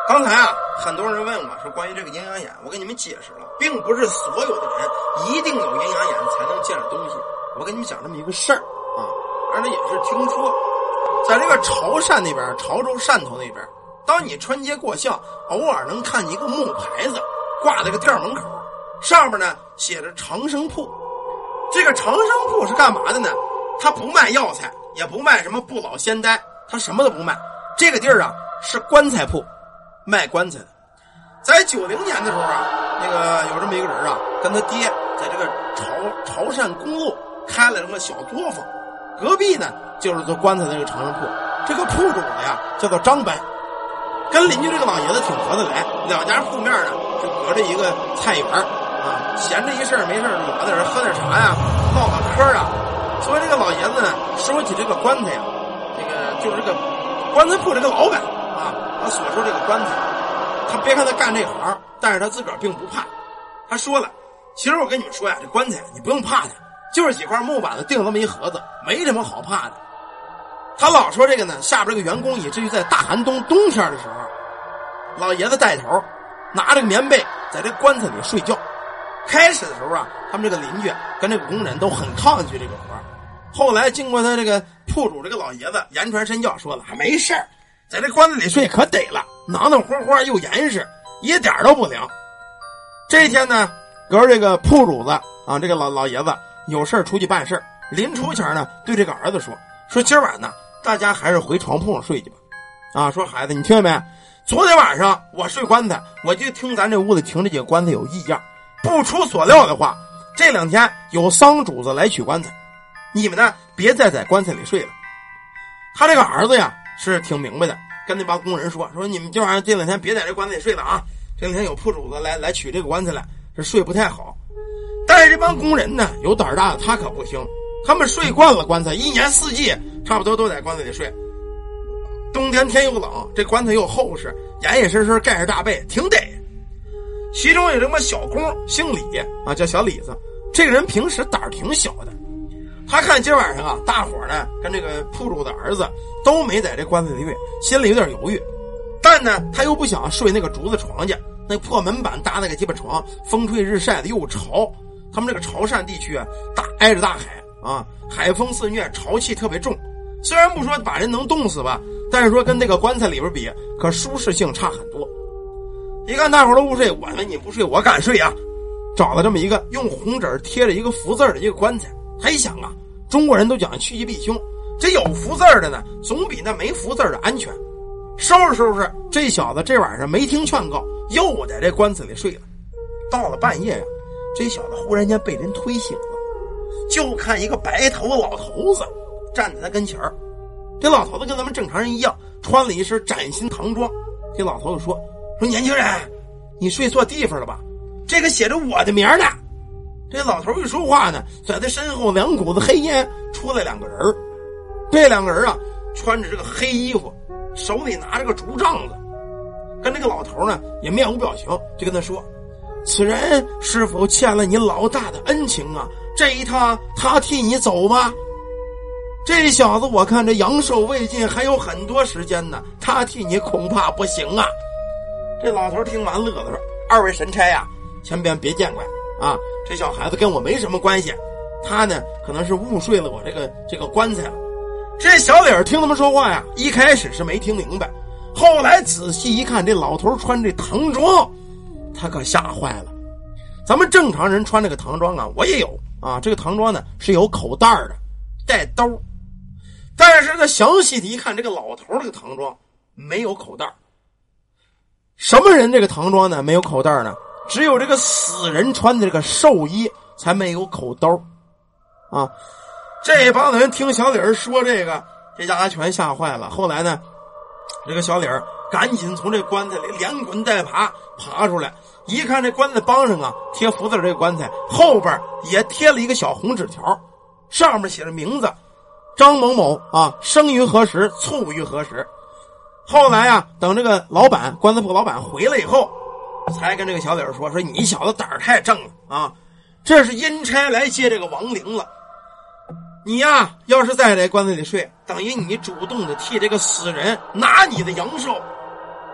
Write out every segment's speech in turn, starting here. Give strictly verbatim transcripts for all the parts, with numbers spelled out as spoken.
刚才啊，很多人问我说关于这个阴阳眼，我给你们解释了，并不是所有的人一定有阴阳眼才能见着东西。我给你们讲这么一个事儿啊，而且也是听说，在这个潮汕那边，潮州汕头那边，当你春节过巷，偶尔能看见一个木牌子挂在个店门口，上面呢写着长生铺。这个长生铺是干嘛的呢？他不卖药材，也不卖什么不老仙丹，他什么都不卖。这个地儿啊是棺材铺，卖棺材的。在九零年的时候啊，那个有这么一个人啊，跟他爹在这个潮潮汕公路开了这么小作坊，隔壁呢就是做棺材的这个长生铺。这个铺主呢呀叫做张白，跟邻居这个老爷子挺合得来，两家铺面呢就隔着一个菜园啊，闲着一事没事裸在这喝点茶呀，唠个嗑啊。所以这个老爷子呢说起这个棺材呀，这个就是这个棺材铺这个老板啊，他所说这个棺材，他别看他干这行，但是他自个儿并不怕。他说了，其实我跟你们说呀，这棺材你不用怕它，就是几块木板子钉这么一盒子，没什么好怕的。他老说这个呢，下边这个员工以至于在大寒冬冬天的时候，老爷子带头拿着个棉被在这棺材里睡觉。开始的时候啊，他们这个邻居跟这个工人都很抗拒这个活，后来经过他这个铺主这个老爷子言传身教，说了没事儿，在这棺材里睡可得了，暖暖和和又严实，一点都不凉。这一天呢，隔着这个铺主子啊，这个老老爷子有事出去办事，临出前呢，对这个儿子说说今晚呢，大家还是回床铺上睡去吧。啊，说孩子，你听见没？昨天晚上我睡棺材，我就听咱这屋子停这几个棺材有异样。不出所料的话，这两天有丧主子来取棺材，你们呢别再在棺材里睡了。他这个儿子呀是挺明白的，跟那帮工人说说你们今晚上这两天别在这棺材里睡了啊，这两天有铺主子来来取这个棺材来，这睡不太好。但是这帮工人呢有胆大的他可不行，他们睡惯了棺材，一年四季差不多都在棺材里睡。冬天天又冷，这棺材又厚实，严严实实盖着大被，挺得。其中有这么小工姓李啊，叫小李子，这个人平时胆儿挺小的。他看今晚上啊，大伙呢跟这个铺主的儿子都没在这棺材里睡，心里有点犹豫。但呢，他又不想睡那个竹子床去，那破门板搭那个鸡巴床，风吹日晒的又潮。他们这个潮汕地区啊，大挨着大海啊，海风肆虐，潮气特别重。虽然不说把人能冻死吧，但是说跟那个棺材里边比，可舒适性差很多。一看大伙都不睡，我说你不睡我敢睡啊！找了这么一个用红纸贴着一个福字的一个棺材。他一想啊，中国人都讲趋吉避凶，这有福字的呢，总比那没福字的安全。收拾收拾，这小子这晚上没听劝告，又在这棺材里睡了。到了半夜呀、啊，这小子忽然间被人推醒了，就看一个白头的老头子站在他跟前儿。这老头子跟咱们正常人一样，穿了一身崭新唐装。这老头子说说年轻人，你睡错地方了吧？这个写着我的名呢。这老头一说话呢，在他身后两股子黑烟出来两个人。这两个人啊，穿着这个黑衣服，手里拿着个竹杖子，跟这个老头呢也面无表情，就跟他说：此人是否欠了你老大的恩情啊？这一趟他替你走吧。这小子我看这阳寿未尽，还有很多时间呢，他替你恐怕不行啊。这老头听完乐了，说：二位神差呀、啊，前边别见怪啊，这小孩子跟我没什么关系，他呢可能是误睡了我这个这个棺材了。这小李儿听他们说话呀，一开始是没听明白，后来仔细一看，这老头穿这唐装，他可吓坏了。咱们正常人穿这个唐装啊，我也有啊，这个唐装呢是有口袋的，带兜，但是呢详细的一看，这个老头这个唐装没有口袋。什么人这个唐装呢没有口袋呢？只有这个死人穿的这个寿衣才没有口兜啊！这帮人听小李儿说这个，这家伙全吓坏了。后来呢，这个小李儿赶紧从这棺材里连滚带爬爬出来，一看这棺材帮上啊贴福字这个棺材后边也贴了一个小红纸条，上面写着名字张某某啊，生于何时，卒于何时。后来啊，等这个老板棺材铺老板回来以后，才跟这个小李儿说说你小子胆儿太正了啊，这是阴差来接这个亡灵了。你呀要是在这棺材里睡，等于你主动的替这个死人拿你的阳寿。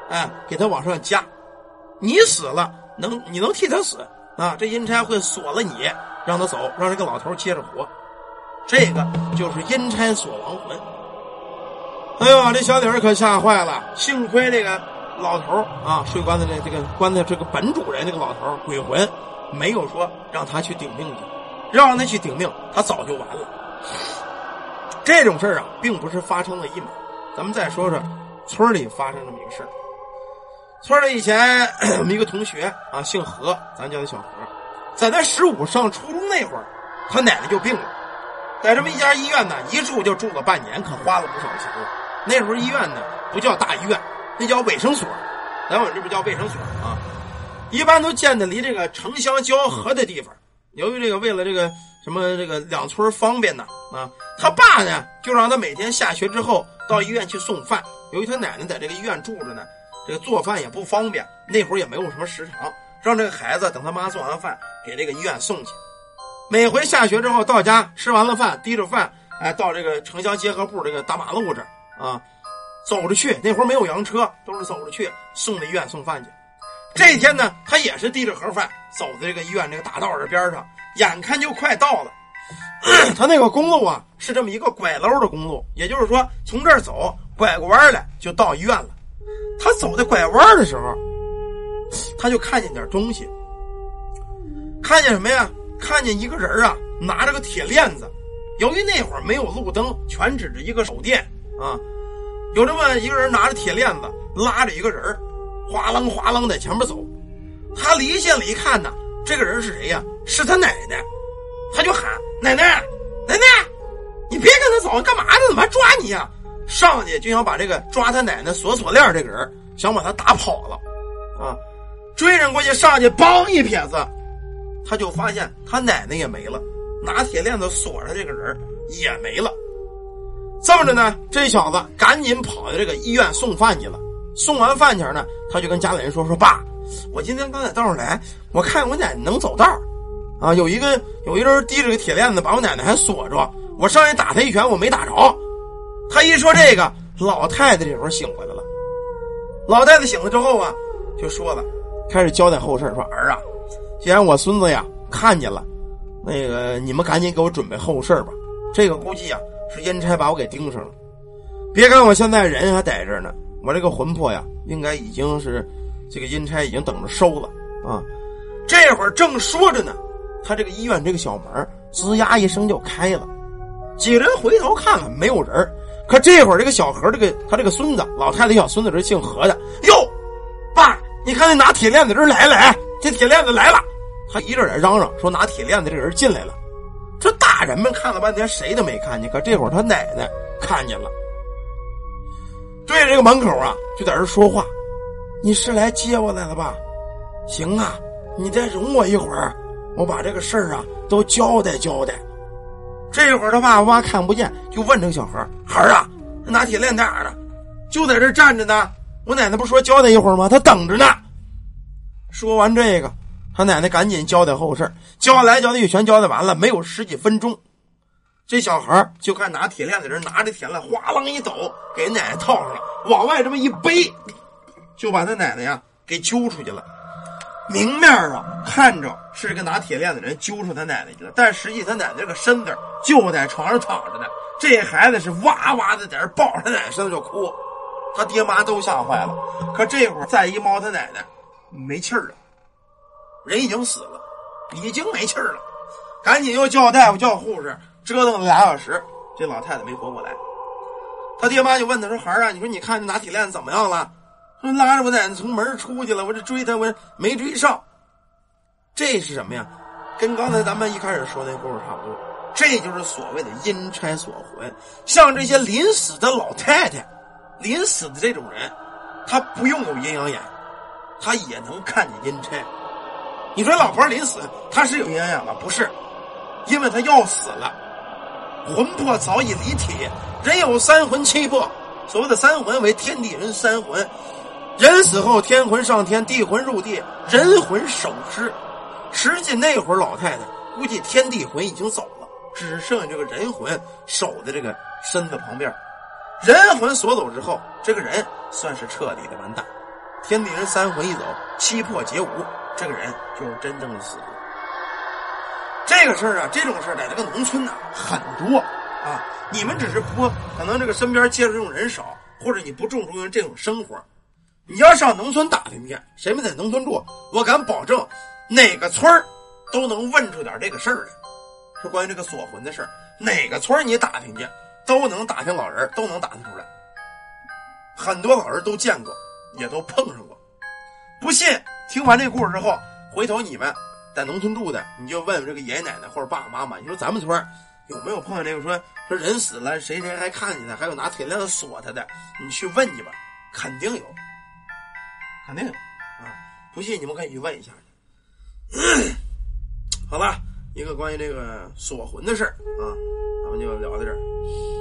哎，给他往上加。你死了，能你能替他死啊？这阴差会锁了你，让他走，让这个老头接着活。这个就是阴差锁亡魂。哎呦，这小李儿可吓坏了，幸亏这个老头啊，睡棺材这这个棺材这个本主人这个老头鬼魂没有说让他去顶命去，要让他去顶命，他早就完了。这种事儿啊，并不是发生了一码。咱们再说说村里发生这么一个事儿。村里以前我们一个同学啊，姓何，咱叫他小何，在他十五上初中那会儿，他奶奶就病了，在这么一家医院呢，一住就住了半年，可花了不少钱了。那时候医院呢不叫大医院，那叫卫生所，咱们这不叫卫生所啊，一般都建的离这个城乡交合的地方。由于这个为了这个什么这个两村方便呢啊，他爸呢就让他每天下学之后到医院去送饭。由于他奶奶在这个医院住着呢，这个做饭也不方便，那会儿也没有什么食堂，让这个孩子等他妈做完饭给这个医院送去。每回下学之后到家吃完了饭，提着饭哎到这个城乡结合部这个大马路这儿啊，走着去。那会儿没有洋车，都是走着去送到医院送饭去。这一天呢，他也是提着盒饭走在这个医院这个大道的边上，眼看就快到了。他那个公路啊是这么一个拐弯的公路，也就是说从这儿走拐个弯来就到医院了。他走在拐弯的时候，他就看见点东西。看见什么呀？看见一个人啊拿着个铁链子。由于那会儿没有路灯，全指着一个手电啊，有这么一个人拿着铁链子拉着一个人，哗啷哗啷在前面走。他离线了一看呢，这个人是谁呀？是他奶奶。他就喊奶奶奶奶，你别跟他走，干嘛呢？怎么还抓你呀？上去就想把这个抓他奶奶锁锁链这个人想把他打跑了啊！追人过去，上去梆一撇子，他就发现他奶奶也没了，拿铁链子锁着这个人也没了。这么着呢，这小子赶紧跑到这个医院送饭去了。送完饭前呢，他就跟家里人说说爸，我今天刚在道上来，我看我奶奶能走道啊，有一个有一人提着个铁链子把我奶奶还锁着，我上去打他一拳，我没打着。他一说这个，老太太这时候醒过来了。老太太醒了之后啊，就说了，开始交代后事，说儿啊，既然我孙子呀看见了，那个你们赶紧给我准备后事吧。这个估计啊是阴差把我给盯上了。别看我现在人还在这儿呢，我这个魂魄呀应该已经是这个阴差已经等着收了啊。这会儿正说着呢，他这个医院这个小门吱呀一声就开了，几个人回头看了没有人。可这会儿这个小何这个他这个孙子，老太太小孙子是姓何的，哟爸，你看那拿铁链子的人来了，哎，这铁链子来了。他一阵在嚷嚷说拿铁链子这个人进来了。这大人们看了半天谁都没看见，可这会儿他奶奶看见了，对着这个门口啊就在这说话，你是来接我来了吧？行啊，你再容我一会儿，我把这个事儿啊都交代交代。这会儿他爸妈看不见，就问这个小何，孩儿啊，拿铁链在哪儿呢？就在这站着呢，我奶奶不说交代一会儿吗？他等着呢。说完这个，他奶奶赶紧交代后事，交来交代去全交代完了，没有十几分钟，这小孩就看拿铁链的人拿着铁链哗啷一抖给奶奶套上了，往外这么一背，就把他奶奶呀给揪出去了。明面啊看着是这个拿铁链的人揪出他奶奶去了，但实际他奶奶这个身子就在床上躺着呢。这孩子是哇哇的在这抱着他奶奶身子就哭，他爹妈都吓坏了。可这会儿再一猫，他奶奶没气儿了，人已经死了，已经没气儿了。赶紧又叫大夫叫护士，折腾了俩小时，这老太太没活过来。他爹妈就问他说，孩儿啊，你说你看拿铁链怎么样了？说拉着我奶奶从门出去了，我这追他我没追上。这是什么呀？跟刚才咱们一开始说那故事差不多，这就是所谓的阴差锁魂。像这些临死的老太太，临死的这种人，他不用有阴阳眼，他也能看见阴差。你说老婆临死他是有阴阳眼吗？不是，因为他要死了，魂魄早已离体。人有三魂七魄，所谓的三魂为天地人三魂，人死后天魂上天，地魂入地，人魂守尸。实际那会儿老太太估计天地魂已经走了，只剩下这个人魂守在这个身子旁边。人魂锁走之后，这个人算是彻底的完蛋。 天地人三魂一走，七魄解五，这个人就是真正的死。这个事儿啊，这种事儿在这个农村呢、啊、很多啊。你们只是不可能这个身边接触这种人少，或者你不重视这种生活。你要上农村打听去，谁们在农村住，我敢保证哪个村儿都能问出点这个事儿来，是关于这个锁魂的事儿。哪个村儿你打听去，都能打听老人，都能打听出来。很多老人都见过，也都碰上过。不信，听完这故事之后，回头你们在农村住的，你就问问这个爷爷奶奶或者爸爸妈妈，你说咱们村有没有碰见这个说说人死了，谁谁还看见他，还有拿铁链子锁他的，你去问去吧，肯定有，肯定有啊！不信你们可以去问一下。嗯、好了，一个关于这个锁魂的事儿啊，咱们就聊到这儿。